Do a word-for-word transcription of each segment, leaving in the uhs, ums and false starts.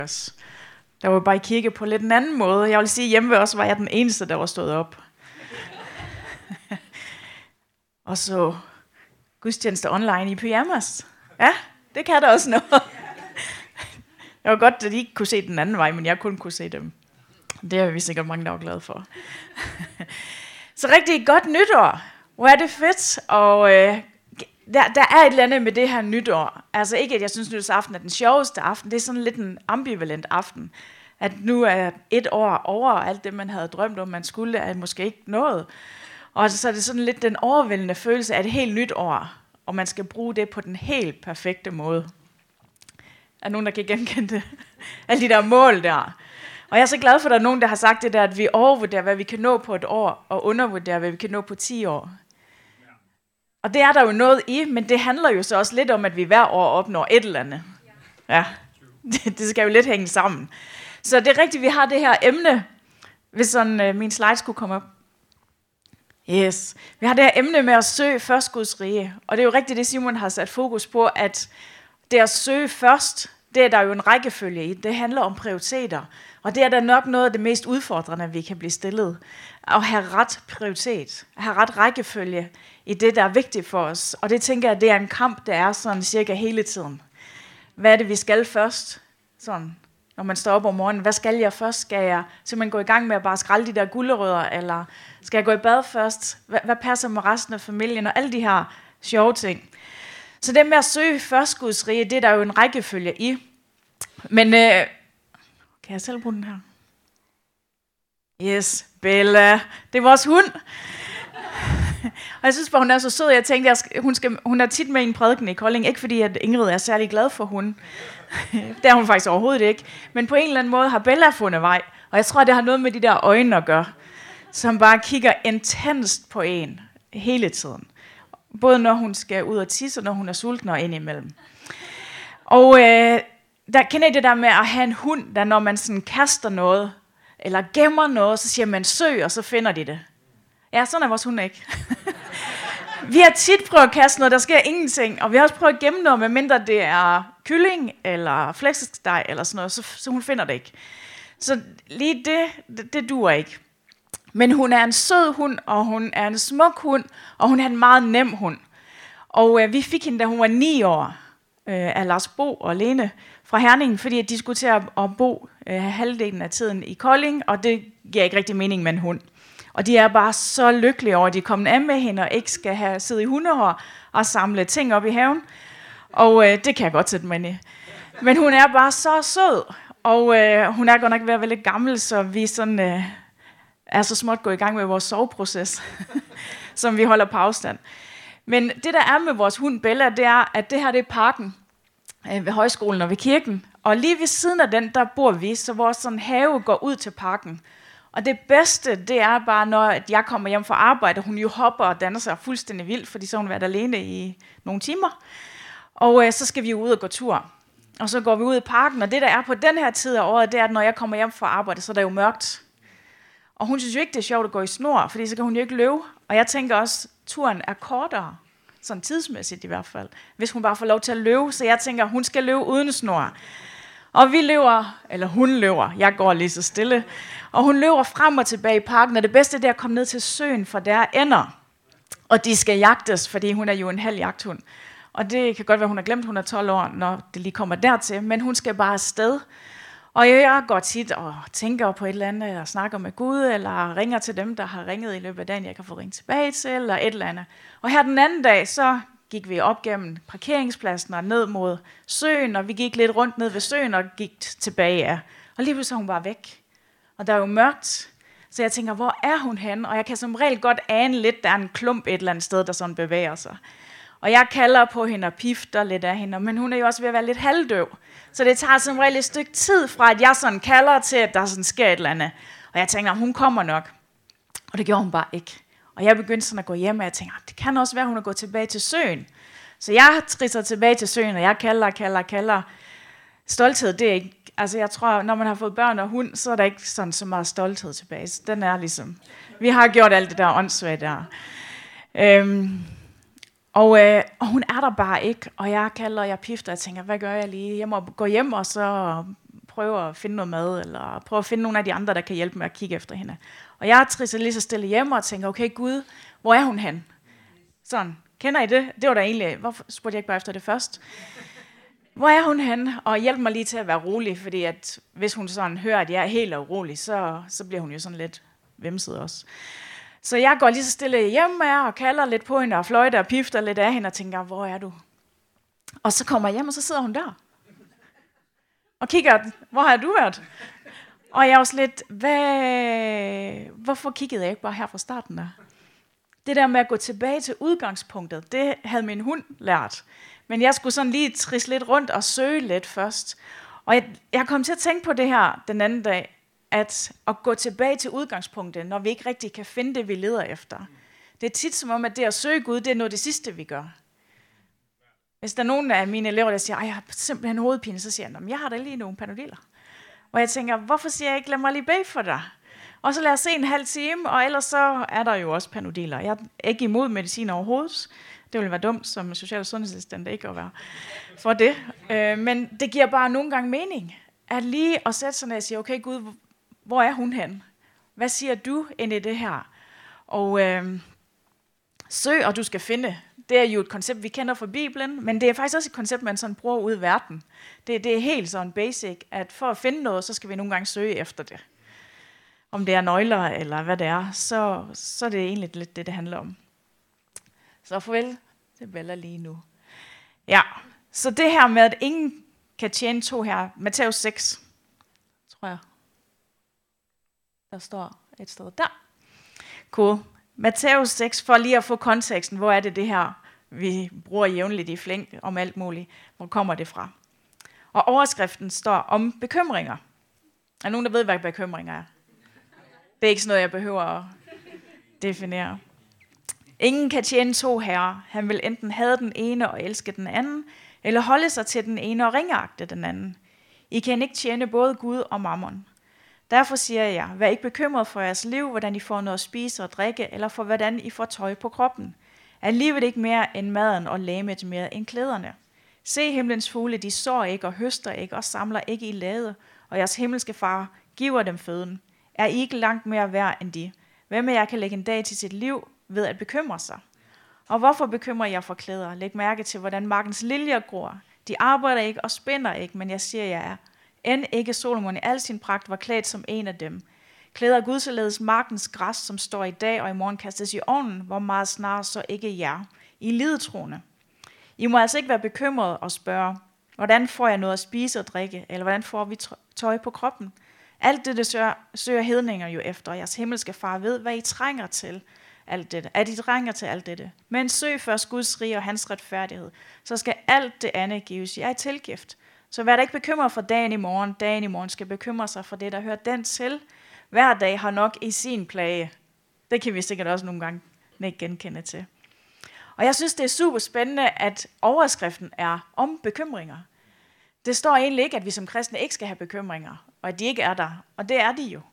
Der var bare i kirke på lidt en anden måde. Jeg vil sige, hjemme ved os var jeg den eneste, der var stået op. Og så gudstjeneste online i pyjamas. Ja, det kan der også noget. Det var godt, at de ikke kunne se den anden vej, men jeg kun kunne se dem. Det er vi sikkert mange, der var glade for. Så rigtig godt nytår. Hvor er det fedt. Og øh, der, der er et eller andet med det her nytår. Altså ikke, at jeg synes, nytårsaften er den sjoveste aften. Det er sådan lidt en ambivalent aften. At nu er et år over, og alt det, man havde drømt om, man skulle, er måske ikke nået. Og så er det sådan lidt den overvældende følelse af et helt nyt år, og man skal bruge det på den helt perfekte måde. Er nogen, der kan genkende det? Alle de der mål der. Og jeg er så glad for, at der er nogen, der har sagt det der, at vi overvurderer, hvad vi kan nå på et år, og undervurderer, hvad vi kan nå på ti år. Og det er der jo noget i, men det handler jo så også lidt om, at vi hver år opnår et eller andet. Ja, det, det skal jo lidt hænge sammen. Så det er rigtigt, vi har det her emne, hvis sådan øh, min slide skulle komme op. Yes. Vi har det her emne med at søge først Guds rige. Og det er jo rigtigt, det Simon har sat fokus på, at det at søge først, det er der jo en rækkefølge i. Det handler om prioriteter. Og det er da nok noget af det mest udfordrende, vi kan blive stillet. At have ret prioritet. At have ret rækkefølge i det, der er vigtigt for os. Og det tænker jeg, det er en kamp, der er sådan cirka hele tiden. Hvad er det, vi skal først? Sådan, når man står op om morgenen. Hvad skal jeg først? Skal jeg simpelthen gå i gang med at bare skrælle de der gulerødder? Eller skal jeg gå i bad først? Hvad, hvad passer med resten af familien? Og alle de her sjove ting. Så det med at søge først Guds rige, det er der jo en rækkefølge i. Men øh, kan jeg selv bruge den her? Yes, Bella. Det er vores hund. Og jeg synes bare, hun er så sød. Jeg tænkte, jeg skal, hun, skal, hun er tit med i en prædiken i Kolding. Ikke fordi, at Ingrid er særlig glad for hunden. Det er hun faktisk overhovedet ikke. Men på en eller anden måde har Bella fundet vej. Og jeg tror, det har noget med de der øjne at gøre. Som bare kigger intenst på en hele tiden. Både når hun skal ud og tisse, og når hun er sulten og indimellem. Og øh, der kender I det der med at have en hund, der når man sådan kaster noget, eller gemmer noget, så siger man søg, og så finder de det. Ja, sådan er vores hund ikke. Vi har tit prøvet at kaste noget, der sker ingenting, og vi har også prøvet at gemme noget, medmindre det er kylling, eller flæskesteg, eller sådan noget, så, så hun finder det ikke. Så lige det, det, det duer ikke. Men hun er en sød hund, og hun er en smuk hund, og hun er en meget nem hund. Og øh, vi fik hende, da hun var ni år, øh, af Lars Bo og Lene fra Herning, fordi de skulle til at, at bo øh, halvdelen af tiden i Kolding, og det giver ikke rigtig mening med en hund. Og de er bare så lykkelige over, at de er kommet af med hende, og ikke skal have siddet i hundehår og samle ting op i haven. Og øh, det kan jeg godt sætte mig ind i. Men hun er bare så sød, og øh, hun er godt nok ved at være lidt gammel, så vi sådan... Øh, er så småt gået i gang med vores soveproces, som vi holder på afstand. Men det, der er med vores hund Bella, det er, at det her det er parken øh, ved højskolen og ved kirken. Og lige ved siden af den, der bor vi, så vores sådan have går ud til parken. Og det bedste, det er bare, når jeg kommer hjem fra arbejde, hun jo hopper og danser sig fuldstændig vildt, fordi så har hun været alene i nogle timer. Og øh, så skal vi jo ud og gå tur. Og så går vi ud i parken, og det, der er på den her tid af året, det er, at når jeg kommer hjem fra arbejde, så er det jo mørkt. Og hun synes jo ikke, det er sjovt at gå i snor, fordi så kan hun jo ikke løbe. Og jeg tænker også, at turen er kortere, sådan tidsmæssigt i hvert fald, hvis hun bare får lov til at løbe. Så jeg tænker, hun skal løbe uden snor. Og vi løber, eller hun løber, jeg går lige så stille. Og hun løber frem og tilbage i parken, og det bedste det er at komme ned til søen, for der er ender. Og de skal jagtes, fordi hun er jo en halv jagthund. Og det kan godt være, hun har glemt, hun er tolv år, når det lige kommer dertil. Men hun skal bare afsted. Og jeg går tit og tænker på et eller andet, eller snakker med Gud, eller ringer til dem, der har ringet i løbet af dagen, jeg kan få ringet tilbage til, eller et eller andet. Og her den anden dag, så gik vi op gennem parkeringspladsen og ned mod søen, og vi gik lidt rundt ned ved søen og gik tilbage. Ja. Og lige pludselig er hun bare væk. Og der er jo mørkt, så jeg tænker, hvor er hun henne? Og jeg kan som regel godt ane lidt, der er en klump et eller andet sted, der sådan bevæger sig. Og jeg kalder på hende og pifter lidt af hende, men hun er jo også ved at være lidt halvdøv. Så det tager som regel et stykke tid fra, at jeg sådan kalder til, at der sådan sker et eller andet. Og jeg tænker, hun kommer nok. Og det gjorde hun bare ikke. Og jeg begyndte sådan at gå hjem, og jeg tænker, det kan også være, at hun er gået tilbage til søen. Så jeg trisser tilbage til søen, og jeg kalder, kalder, kalder. Stolthed, det er ikke... Altså jeg tror, når man har fået børn og hund, så er der ikke sådan så meget stolthed tilbage. Så den er ligesom... Vi har gjort alt det der åndssvagt der. Øhm... Og, øh, og hun er der bare ikke, og jeg kalder, og jeg pifter, og jeg tænker, hvad gør jeg lige? Jeg må gå hjem og så prøve at finde noget mad, eller prøve at finde nogle af de andre, der kan hjælpe med at kigge efter hende. Og jeg trisser lige så stille hjem og tænker, okay Gud, hvor er hun hen? Sådan, kender I det? Det var da egentlig, hvorfor spurgte jeg ikke bare efter det først? Hvor er hun hen? Og hjælp mig lige til at være rolig, fordi at hvis hun sådan hører, at jeg er helt urolig, så, så bliver hun jo sådan lidt vemset også. Så jeg går lige så stille hjem med her og kalder lidt på hende og fløjter og pifter lidt af hende og tænker, hvor er du? Og så kommer jeg hjem, og så sidder hun der. Og kigger, hvor har du været? Og jeg er også lidt, hvad... hvorfor kiggede jeg ikke bare her fra starten af? Det der med at gå tilbage til udgangspunktet, det havde min hund lært. Men jeg skulle sådan lige trisse lidt rundt og søge lidt først. Og jeg, jeg kom til at tænke på det her den anden dag, at at gå tilbage til udgangspunktet, når vi ikke rigtig kan finde det, vi leder efter. Det er tit som om, at det at søge Gud, det er noget det sidste, vi gør. Hvis der er nogen af mine elever, der siger, at jeg har simpelthen hovedpine, så siger jeg, jeg har da lige nogle Panodiler. Og jeg tænker, hvorfor siger jeg ikke, lad mig lige bede for dig? Og så lad os se en halv time, og ellers så er der jo også Panodiler. Jeg er ikke imod medicin overhovedet. Det ville være dumt som social- og sundhedsassistent ikke at være for det. Men det giver bare nogle gange mening, at lige at sætte sig ned og sige, okay Gud, hvor er hun hen? Hvad siger du ind i det her? Og øh, søg, og du skal finde. Det er jo et koncept, vi kender fra Bibelen, men det er faktisk også et koncept, man sådan bruger ude i verden. Det, det er helt sådan basic, at for at finde noget, så skal vi nogle gange søge efter det. Om det er nøgler, eller hvad det er, så, så er det egentlig lidt det, det handler om. Så farvel til Bella lige nu. Ja, så det her med, at ingen kan tjene to her, Matthæus seks, tror jeg. Der står et sted der. Cool. Matthæus seks, for lige at få konteksten, hvor er det det her, vi bruger jævnligt i flæng om alt muligt. Hvor kommer det fra? Og overskriften står om bekymringer. Er der nogen, der ved, hvad bekymringer er? Det er ikke sådan noget, jeg behøver at definere. Ingen kan tjene to herrer. Han vil enten have den ene og elske den anden, eller holde sig til den ene og ringeagte den anden. I kan ikke tjene både Gud og mammon. Derfor siger jeg, vær ikke bekymret for jeres liv, hvordan I får noget at spise og drikke, eller for hvordan I får tøj på kroppen. Er livet ikke mere end maden, og legemet mere end klæderne? Se himlens fugle, de sår ikke og høster ikke og samler ikke i lade, og jeres himmelske far giver dem føden. Er I ikke langt mere værd end de? Hvem af jer kan lægge en dag til sit liv ved at bekymre sig? Og hvorfor bekymrer jeg for klæder? Læg mærke til, hvordan markens liljer gror. De arbejder ikke og spænder ikke, men jeg siger jer, end ikke Solomon i al sin pragt var klædt som en af dem. Klæder Gud således markens græs, som står i dag og i morgen kastes i ovnen, hvor meget snart så ikke jer, I lidetroende. I må altså ikke være bekymrede og spørge, hvordan får jeg noget at spise og drikke, eller hvordan får vi tøj på kroppen? Alt det, det søger, søger hedninger jo efter, og jeres himmelske far ved, hvad I trænger til alt dette. At I trænger til alt dette. Men søg først Guds rige og hans retfærdighed, så skal alt det andet gives jer i tilgift. Så vær da ikke bekymret for dagen i morgen. Dagen i morgen skal bekymre sig for det, der hører den til. Hver dag har nok i sin plage. Det kan vi sikkert også nogle gange ikke genkende til. Og jeg synes, det er super spændende, at overskriften er om bekymringer. Det står egentlig ikke, at vi som kristne ikke skal have bekymringer, og at de ikke er der. Og det er de jo.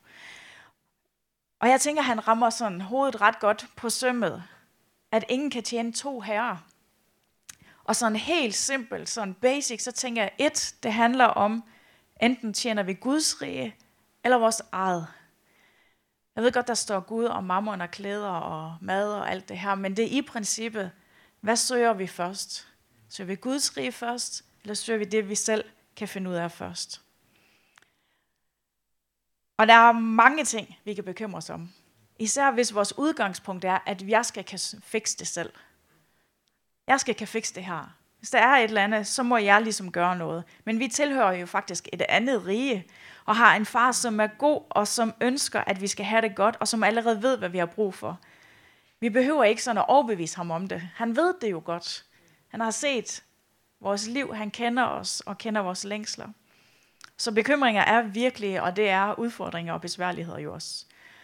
Og jeg tænker, at han rammer sådan hovedet ret godt på sømmet, at ingen kan tjene to herrer. Og sådan helt simpelt, sådan basic, så tænker jeg, et, det handler om, enten tjener vi Guds rige, eller vores eget. Jeg ved godt, der står Gud og mammon og klæder og mad og alt det her, men det er i princippet, hvad søger vi først? Søger vi Guds rige først, eller søger vi det, vi selv kan finde ud af først? Og der er mange ting, vi kan bekymre os om. Især hvis vores udgangspunkt er, at jeg skal kan fikse det selv. Jeg skal kan fikse det her. Hvis der er et eller andet, så må jeg ligesom gøre noget. Men vi tilhører jo faktisk et andet rige, og har en far, som er god, og som ønsker, at vi skal have det godt, og som allerede ved, hvad vi har brug for. Vi behøver ikke sådan at overbevise ham om det. Han ved det jo godt. Han har set vores liv, han kender os, og kender vores længsler. Så bekymringer er virkelige, og det er udfordringer og besværligheder jo også.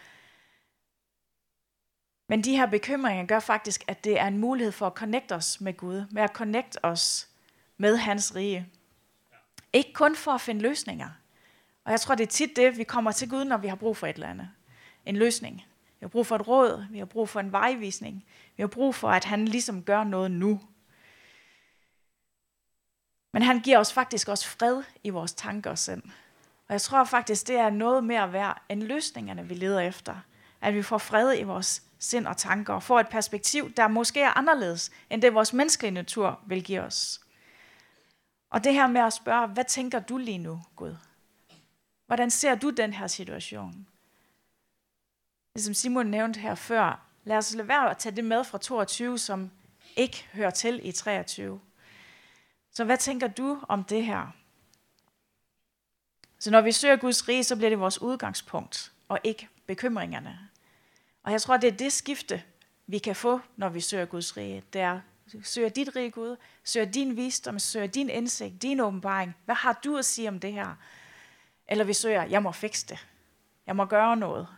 Men de her bekymringer gør faktisk, at det er en mulighed for at connecte os med Gud, med at connecte os med hans rige. Ikke kun for at finde løsninger. Og jeg tror, det er tit det, vi kommer til Gud, når vi har brug for et eller andet. En løsning. Vi har brug for et råd, vi har brug for en vejvisning, vi har brug for, at han ligesom gør noget nu. Men han giver os faktisk også fred i vores tanker og sind. Og jeg tror faktisk, det er noget mere værd end løsningerne, vi leder efter. At vi får fred i vores sind og tanker, og får et perspektiv, der måske er anderledes, end det vores menneskelige natur vil give os. Og det her med at spørge, hvad tænker du lige nu, Gud? Hvordan ser du den her situation? Ligesom Simon nævnte her før, lad os lade være at tage det med fra toogtyve, som ikke hører til i treogtyve. Så hvad tænker du om det her? Så når vi søger Guds rige, så bliver det vores udgangspunkt, og ikke bekymringerne. Og jeg tror, det er det skifte, vi kan få, når vi søger Guds rige. Det er, søger dit rige, Gud, søger din visdom, søger din indsigt, din åbenbaring. Hvad har du at sige om det her? Eller vi søger, jeg må fikse det. Jeg må gøre noget.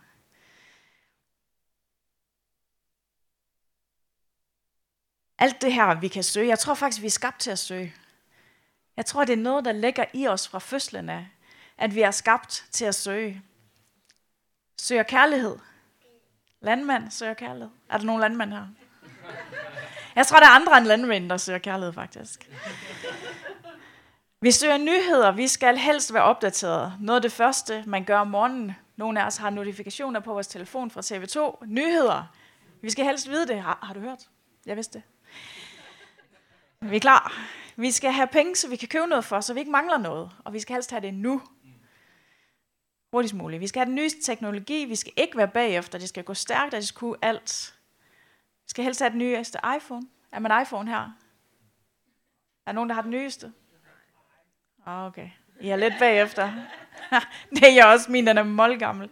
Alt det her, vi kan søge. Jeg tror faktisk, vi er skabt til at søge. Jeg tror, det er noget, der ligger i os fra fødslen af, at vi er skabt til at søge. Søger kærlighed. Landmand søger kærlighed. Er der nogen landmænd her? Jeg tror, der er andre end landmænd, der søger kærlighed, faktisk. Vi søger nyheder. Vi skal helst være opdateret. Noget af det første, man gør om morgenen. Nogle af os har notifikationer på vores telefon fra T V to. Nyheder. Vi skal helst vide det. Har, har du hørt? Jeg vidste det. Vi er klar. Vi skal have penge, så vi kan købe noget for, så vi ikke mangler noget. Og vi skal helst have det nu. Hurtigst muligt. Vi skal have den nyeste teknologi. Vi skal ikke være bagefter. Det skal gå stærkt, og det skal kunne alt. Vi skal helst have den nyeste iPhone. Er man iPhone her? Er der nogen, der har den nyeste? Okay. I er lidt bagefter. Det er jeg også. Min den er målgammel.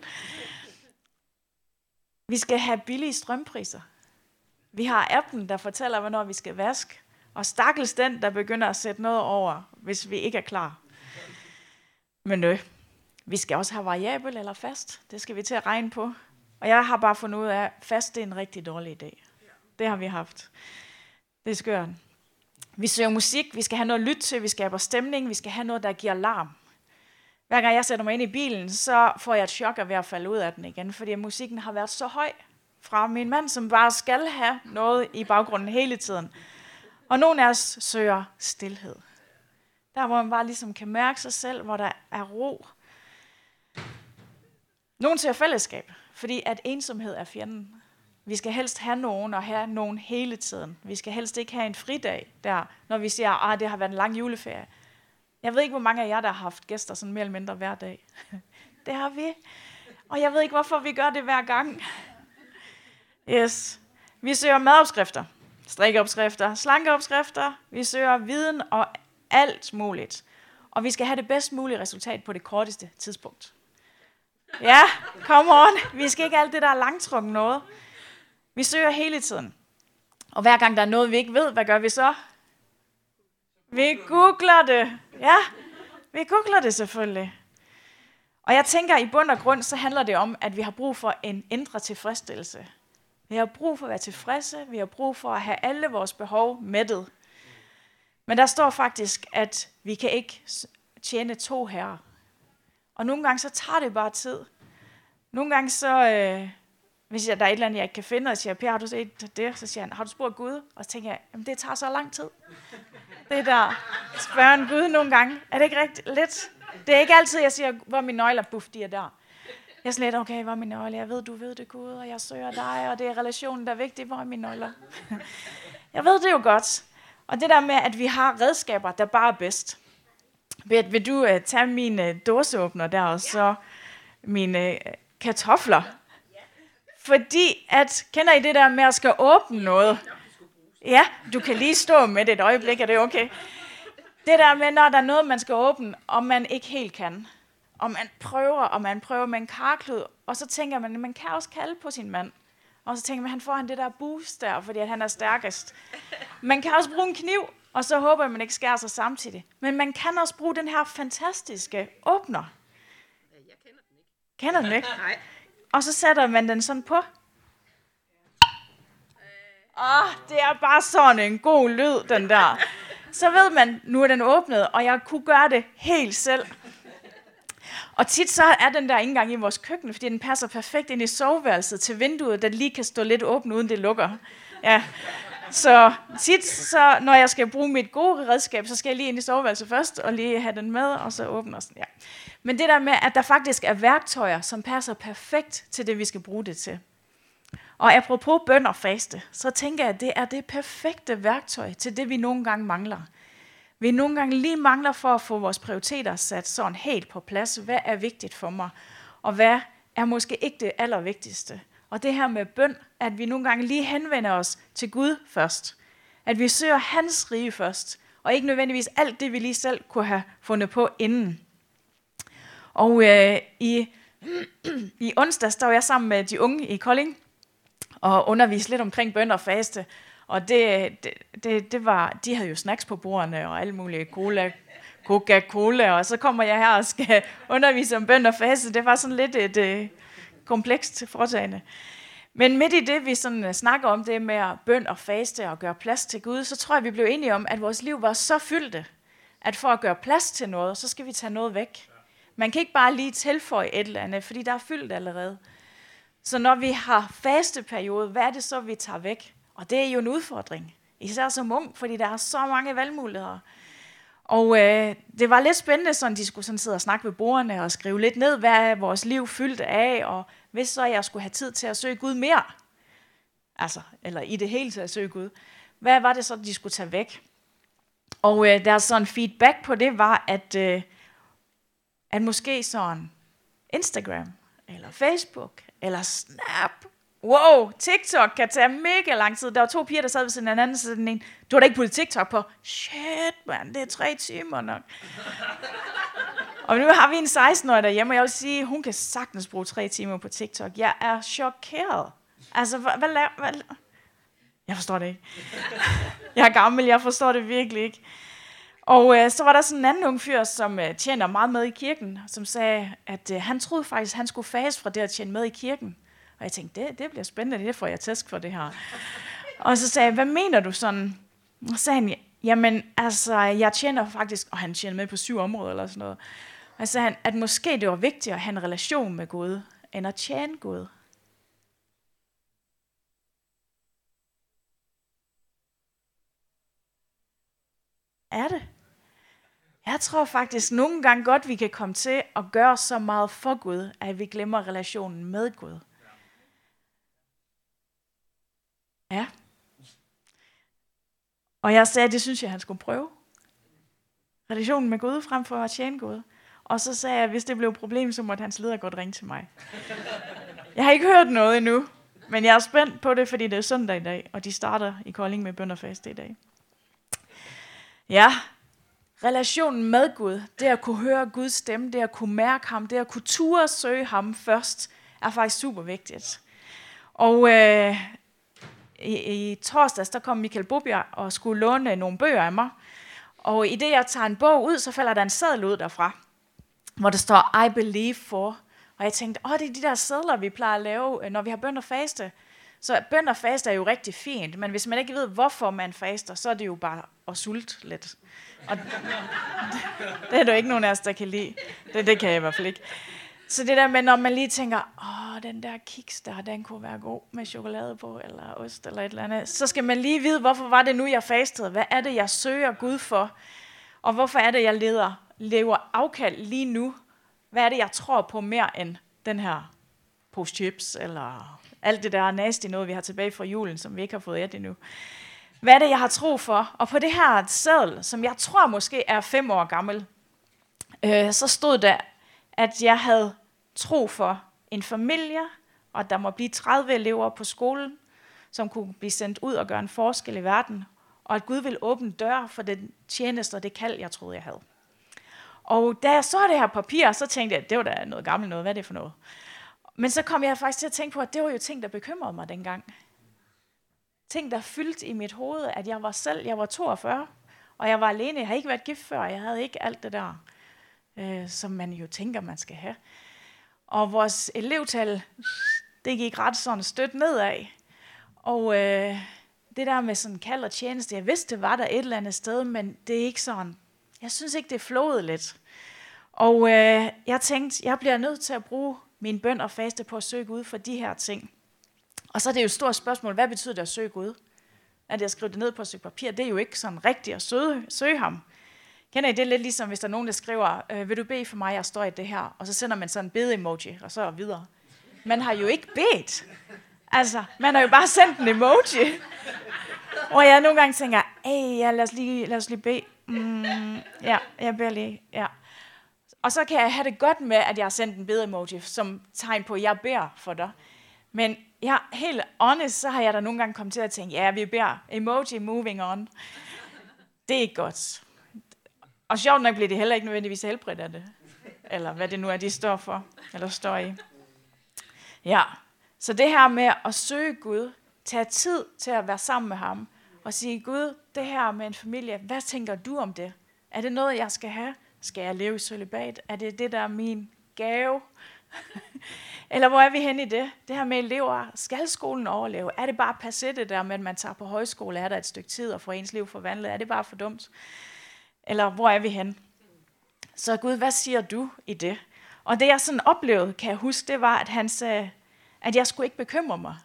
Vi skal have billige strømpriser. Vi har appen, der fortæller, hvornår vi skal vaske. Og stakkels den, der begynder at sætte noget over, hvis vi ikke er klar. Men nø. Vi skal også have variabel eller fast. Det skal vi til at regne på. Og jeg har bare fundet ud af, at fast det er en rigtig dårlig idé. Det har vi haft. Det er skørt. Vi søger musik, vi skal have noget at lytte til, vi skaber stemning, vi skal have noget, der giver larm. Hver gang jeg sætter mig ind i bilen, så får jeg et chok af ved at falde ud af den igen, fordi musikken har været så høj fra min mand, som bare skal have noget i baggrunden hele tiden. Og nogle af os søger stilhed. Der, hvor man bare ligesom kan mærke sig selv, hvor der er ro. Nogle søger fællesskab, fordi at ensomhed er fjenden. Vi skal helst have nogen og have nogen hele tiden. Vi skal helst ikke have en fridag der, når vi siger, at det har været en lang juleferie. Jeg ved ikke, hvor mange af jer, der har haft gæster sådan mere eller mindre hver dag. Det har vi. Og jeg ved ikke, hvorfor vi gør det hver gang. Yes. Vi søger madopskrifter, strikkeopskrifter, slankeopskrifter. Vi søger viden og alt muligt. Og vi skal have det bedst mulige resultat på det korteste tidspunkt. Ja, come on. Vi skal ikke alt det, der er langtrukken noget. Vi søger hele tiden. Og hver gang der er noget, vi ikke ved, hvad gør vi så? Vi googler det. Ja, vi googler det selvfølgelig. Og jeg tænker, i bund og grund, så handler det om, at vi har brug for en indre tilfredsstillelse. Vi har brug for at være tilfredse. Vi har brug for at have alle vores behov mættet. Men der står faktisk, at vi kan ikke tjene to herrer. Og nogle gange, så tager det bare tid. Nogle gange, så... Øh, Hvis jeg, der er et eller andet, jeg ikke kan finde, og jeg siger, Per, har du set det? Så siger han, har du spurgt Gud? Og så tænker jeg, jamen det tager så lang tid. Det der, spørger en Gud nogle gange. Er det ikke rigtigt lidt? Det er ikke altid, jeg siger, hvor mine nøgler, buff, de er der. Jeg er sådan lidt, okay, hvor er mine nøgler? Jeg ved, du ved det, Gud, og jeg søger dig, og det er relationen, der er vigtig. Hvor er mine nøgler? Jeg ved det jo godt. Og det der med, at vi har redskaber, der bare er bedst. Vil, vil du uh, tage mine uh, dåseåbner der, og så mine uh, kartofler? Fordi at, kender I det der med at skal åbne noget? Ja, du kan lige stå med det et øjeblik, er det okay? Det der med, når der er noget, man skal åbne, og man ikke helt kan. Og man prøver, og man prøver med en karklud, og så tænker man, at man kan også kalde på sin mand. Og så tænker man, han får han det der boost der, fordi at han er stærkest. Man kan også bruge en kniv, og så håber jeg, at man ikke skærer sig samtidig. Men man kan også bruge den her fantastiske åbner. Jeg kender den ikke. Kender den ikke? Nej. Og så sætter man den sådan på. Åh, oh, det er bare sådan en god lyd, den der. Så ved man, nu er den åbnet, og jeg kunne gøre det helt selv. Og tit så er den der indgang i vores køkken, fordi den passer perfekt ind i soveværelset til vinduet, der lige kan stå lidt åbent, uden det lukker. Ja. Så tit, så, når jeg skal bruge mit gode redskab, så skal jeg lige ind i soveværelset først, og lige have den med, og så åbner den. Ja. Men det der med, at der faktisk er værktøjer, som passer perfekt til det, vi skal bruge det til. Og apropos bøn og faste, så tænker jeg, at det er det perfekte værktøj til det, vi nogle gange mangler. Vi nogle gange lige mangler for at få vores prioriteter sat sådan helt på plads. Hvad er vigtigt for mig? Og hvad er måske ikke det allervigtigste? Og det her med bøn, at vi nogle gange lige henvender os til Gud først. At vi søger hans rige først. Og ikke nødvendigvis alt det, vi lige selv kunne have fundet på inden. Og øh, i, i onsdag står jeg sammen med de unge i Kolding og underviste lidt omkring bøn og faste. Og det, det, det, det var, de havde jo snacks på bordene og alle mulige cola, Coca-Cola, og så kommer jeg her og skal undervise om bøn og faste. Det var sådan lidt et øh, komplekst foretagende. Men midt i det, vi sådan snakker om det med at bøn og faste og gøre plads til Gud, så tror jeg, vi blev enige om, at vores liv var så fyldte, at for at gøre plads til noget, så skal vi tage noget væk. Man kan ikke bare lige tilføje et eller andet, fordi der er fyldt allerede. Så når vi har fasteperiode, hvad er det så, vi tager væk? Og det er jo en udfordring, især som ung, fordi der er så mange valgmuligheder. Og øh, det var lidt spændende, sådan de skulle sådan sidde og snakke ved bordene og skrive lidt ned, hvad er vores liv fyldt af, og hvis så jeg skulle have tid til at søge Gud mere, altså, eller i det hele til at søge Gud, hvad var det så, de skulle tage væk? Og øh, deres sådan feedback på det var, at, øh, at måske sådan Instagram, eller Facebook, eller Snap, wow, TikTok kan tage mega lang tid. Der var to piger, der sad ved siden af den anden, så den ene, du har da ikke puttet TikTok på. Shit, man, det er tre timer nok. Og nu har vi en seksten-årig derhjemme, og jeg vil sige, hun kan sagtens bruge tre timer på TikTok. Jeg er chokeret. Altså, hvad, hvad, hvad, hvad? Jeg forstår det ikke. Jeg er gammel, jeg forstår det virkelig ikke. Og øh, så var der sådan en anden ung fyr, som øh, tjener meget med i kirken, som sagde, at øh, han troede faktisk, at han skulle faste fra det at tjene med i kirken. Og jeg tænkte, det, det bliver spændende, det får jeg tæsk for det her. Og så sagde jeg, hvad mener du sådan? Og så sagde han, jamen altså, jeg tjener faktisk, og han tjener med på syv områder eller sådan noget. Og så sagde han, at måske det var vigtigt at have en relation med Gud, end at tjene Gud. Er det? Jeg tror faktisk nogle gange godt, vi kan komme til at gøre så meget for Gud, at vi glemmer relationen med Gud. Ja. Og jeg sagde, at det synes jeg, han skulle prøve. Relationen med Gud frem for at tjene Gud. Og så sagde jeg, at hvis det blev et problem, så måtte hans leder godt ringe til mig. Jeg har ikke hørt noget endnu, men jeg er spændt på det, fordi det er søndag i dag, og de starter i Kolding med bøn og faste i dag. Ja, relationen med Gud, det at kunne høre Guds stemme, det at kunne mærke ham, det at kunne ture søge ham først, er faktisk super vigtigt. Og øh, i, i torsdags, der kom Michael Bobjerg og skulle låne nogle bøger af mig. Og i det, jeg tager en bog ud, så falder der en seddel ud derfra, hvor der står, I believe for. Og jeg tænkte, åh, det er de der sedler, vi plejer at lave, når vi har bøn og faste. Så bøn og faste er jo rigtig fint, men hvis man ikke ved, hvorfor man faster, så er det jo bare at sulte lidt. Og det, det er der ikke nogen af os, der kan lide. Det, det kan jeg i hvert fald ikke. Så det der med, når man lige tænker, åh, den der kiks der, den kunne være god med chokolade på, eller ost, eller et eller andet, så skal man lige vide, hvorfor var det nu, jeg fastede? Hvad er det, jeg søger Gud for? Og hvorfor er det, jeg leder, lever afkald lige nu? Hvad er det, jeg tror på mere end den her pose chips, eller alt det der nasty noget, vi har tilbage fra julen, som vi ikke har fået et endnu? Hvad er det, jeg har tro for? Og på det her seddel, som jeg tror måske er fem år gammel, øh, så stod der, at jeg havde tro for en familie, og at der må blive tredive elever på skolen, som kunne blive sendt ud og gøre en forskel i verden, og at Gud ville åbne døre for den tjeneste og det kald, jeg troede, jeg havde. Og da jeg så det her papir, så tænkte jeg, at det var da noget gammelt noget, hvad er det for noget? Men så kom jeg faktisk til at tænke på, at det var jo ting, der bekymrede mig dengang. Ting, der fyldte i mit hoved, at jeg var selv, jeg var toogfyrre, og jeg var alene, jeg havde ikke været gift før, jeg havde ikke alt det der, øh, som man jo tænker, man skal have. Og vores elevtal, det gik ret sådan stødt nedad. Og øh, det der med sådan kald og tjeneste, jeg vidste, det var der et eller andet sted, men det er ikke sådan, jeg synes ikke, det flowede lidt. Og øh, jeg tænkte, jeg bliver nødt til at bruge min bøn og faste på at søge Gud for de her ting. Og så er det jo et stort spørgsmål, hvad betyder det at søge Gud? Er det at skrive det ned på et stykke papir? Det er jo ikke sådan rigtigt at søge, søge ham. Kender I det lidt ligesom, hvis der er nogen, der skriver, øh, vil du bede for mig, jeg står i det her, og så sender man sådan en bede-emoji, og så videre. Man har jo ikke bedt. Altså, man har jo bare sendt en emoji. Og jeg nogle gange tænker, ej, ja, lad os lige, lad os lige bede. Mm, ja, jeg beder lige, ja. Og så kan jeg have det godt med, at jeg har sendt en bede-emoji, som tegn på, at jeg beder for dig. Men ja, helt honest, så har jeg da nogle gange kommet til at tænke, ja, vi beder. Emoji, moving on. Det er ikke godt. Og sjovt nok bliver det heller ikke nødvendigvis helbredt af det. Eller hvad det nu er, de står for. Eller står i. Ja, så det her med at søge Gud, tage tid til at være sammen med ham, og sige, Gud, det her med en familie, hvad tænker du om det? Er det noget, jeg skal have? Skal jeg leve i cølibat? Er det det, der er min gave? Eller hvor er vi henne i det? Det her med elever, skal skolen overleve? Er det bare passé det der med, at man tager på højskole, er der et stykke tid og får ens liv forvandlet? Er det bare for dumt? Eller hvor er vi henne? Så Gud, hvad siger du i det? Og det jeg sådan oplevede, kan jeg huske, det var, at han sagde, at jeg skulle ikke bekymre mig.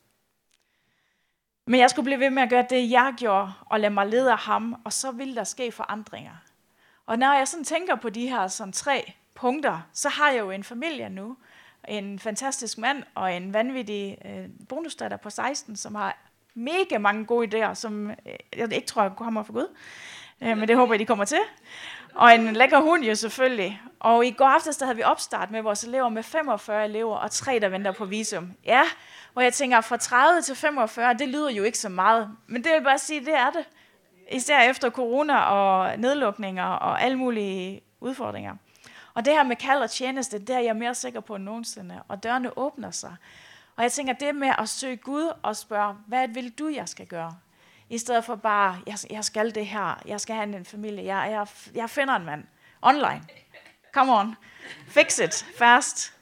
Men jeg skulle blive ved med at gøre det, jeg gjorde, og lade mig lede af ham, og så ville der ske forandringer. Og når jeg sådan tænker på de her sådan tre punkter, så har jeg jo en familie nu, en fantastisk mand og en vanvittig øh, bonusdatter på seksten, som har mega mange gode idéer, som øh, jeg ikke tror, jeg kommer fra Gud, øh, men det håber jeg, de kommer til. Og en lækker hund jo selvfølgelig. Og i går aftes, der havde vi opstart med vores elever med femogfyrre elever, og tre, der venter på visum. Ja, hvor jeg tænker, fra tredive til femogfyrre, det lyder jo ikke så meget. Men det vil bare sige, det er det. Især efter corona og nedlukninger og alle mulige udfordringer. Og det her med kald og tjeneste, det er jeg mere sikker på end nogensinde. Og dørene åbner sig. Og jeg tænker, det med at søge Gud og spørge, hvad vil du, jeg skal gøre? I stedet for bare, jeg, jeg skal det her, jeg skal have en familie, jeg, jeg, jeg finder en mand. Online. Come on. Fix it. Fast.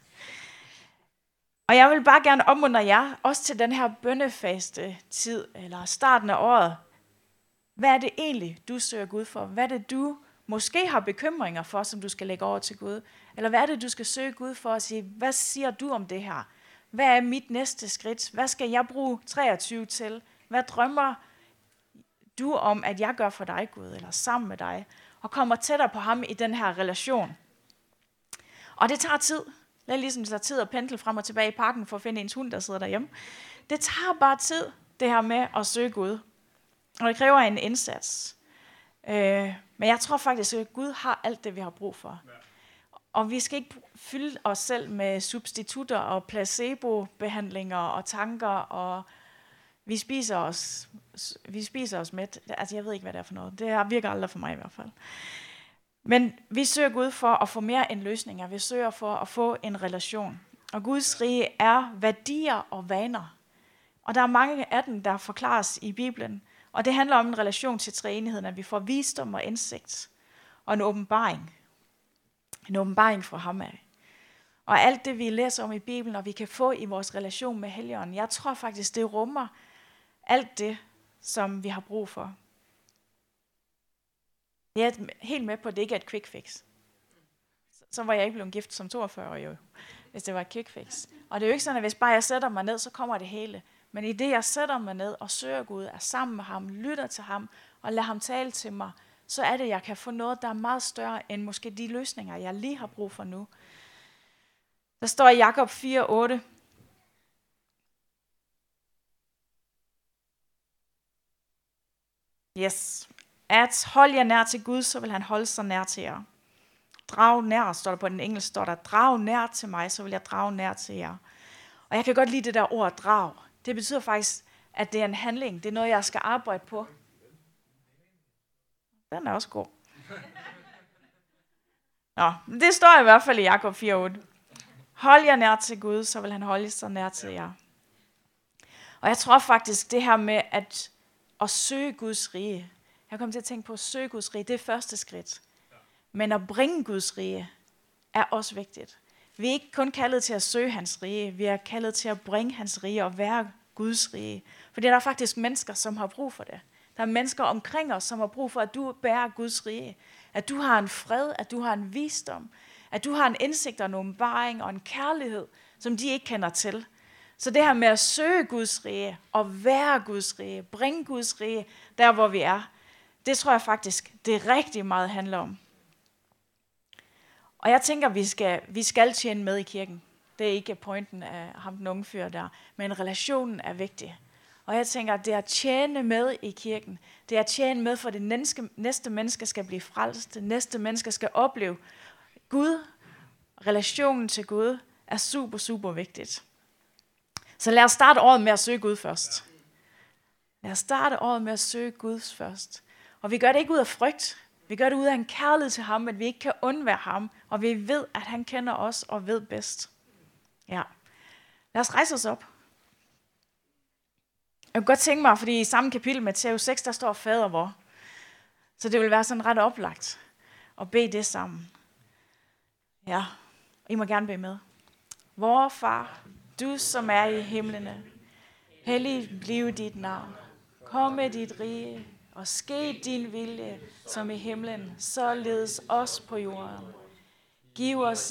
Og jeg vil bare gerne opmuntre jer, også til den her bønnefaste tid, eller starten af året. Hvad er det egentlig, du søger Gud for? Hvad er det, du måske har bekymringer for, som du skal lægge over til Gud? Eller hvad er det, du skal søge Gud for at sige, hvad siger du om det her? Hvad er mit næste skridt? Hvad skal jeg bruge treogtyve til? Hvad drømmer du om, at jeg gør for dig, Gud, eller sammen med dig? Og kommer tættere på ham i den her relation. Og det tager tid. Lidt ligesom det tager tid at pendle frem og tilbage i parken for at finde ens hund, der sidder derhjemme. Det tager bare tid, det her med at søge Gud. Og det kræver en indsats. Øh, men jeg tror faktisk, at Gud har alt det, vi har brug for. Ja. Og vi skal ikke fylde os selv med substitutter og placebo-behandlinger og tanker, og vi spiser os, vi spiser os mæt. Altså, jeg ved ikke, hvad det er for noget. Det virker aldrig for mig i hvert fald. Men vi søger Gud for at få mere end løsninger. Vi søger for at få en relation. Og Guds rige er værdier og vaner. Og der er mange af dem, der forklares i Bibelen. Og det handler om en relation til treenigheden, at vi får visdom og indsigt. Og en åbenbaring. En åbenbaring fra ham af. Og alt det, vi læser om i Bibelen, og vi kan få i vores relation med Helligånden, jeg tror faktisk, det rummer alt det, som vi har brug for. Jeg er helt med på, at det ikke er et quick fix. Så var jeg ikke blevet gift som toogfyrre-årig, jo, hvis det var et quick fix. Og det er jo ikke sådan, at hvis bare jeg sætter mig ned, så kommer det hele. Men i det, jeg sætter mig ned og søger Gud, er sammen med ham, lytter til ham, og lader ham tale til mig, så er det, at jeg kan få noget, der er meget større end måske de løsninger, jeg lige har brug for nu. Der står i Jakob fire otte. Yes. At hold jer nær til Gud, så vil han holde sig nær til jer. Drag nær, står der på den engelske, står der, drag nær til mig, så vil jeg drage nær til jer. Og jeg kan godt lide det der ord, drag. Det betyder faktisk, at det er en handling. Det er noget, jeg skal arbejde på. Den er også god. Nå, det står i hvert fald i Jakob fire otte. Hold jer nær til Gud, så vil han holde sig nær til jer. Og jeg tror faktisk, det her med at, at søge Guds rige, jeg kommer til at tænke på at søge Guds rige, det er første skridt. Men at bringe Guds rige er også vigtigt. Vi er ikke kun kaldet til at søge hans rige, vi er kaldet til at bringe hans rige og være Guds rige. For der er faktisk mennesker, som har brug for det. Der er mennesker omkring os, som har brug for, at du bærer Guds rige. At du har en fred, at du har en visdom, at du har en indsigt og en åbenbaring og en kærlighed, som de ikke kender til. Så det her med at søge Guds rige og være Guds rige, bringe Guds rige der, hvor vi er, Det tror jeg faktisk, det rigtig meget handler om. Og jeg tænker, vi skal, vi skal tjene med i kirken. Det er ikke pointen af ham, den unge fyr der. Men relationen er vigtig. Og jeg tænker, at det at tjene med i kirken, det er at tjene med, for det næste, næste menneske skal blive frelst. Det næste menneske skal opleve Gud. Relationen til Gud er super, super vigtigt. Så lad os starte året med at søge Gud først. Lad os starte året med at søge Gud først. Og vi gør det ikke ud af frygt. Vi gør det ud af en kærlighed til ham, at vi ikke kan undvære ham. Og vi ved, at han kender os og ved bedst. Ja. Lad os rejse os op. Jeg kunne godt tænke mig, fordi i samme kapitel, Matthæus seks, der står fader vor. Så det vil være sådan ret oplagt at bede det sammen. Ja, I må gerne bede med. Vor far, du som er i himlene, helligt blive dit navn. Kom med dit rige, og ske din vilje, som i himlen, således også på jorden. Giv os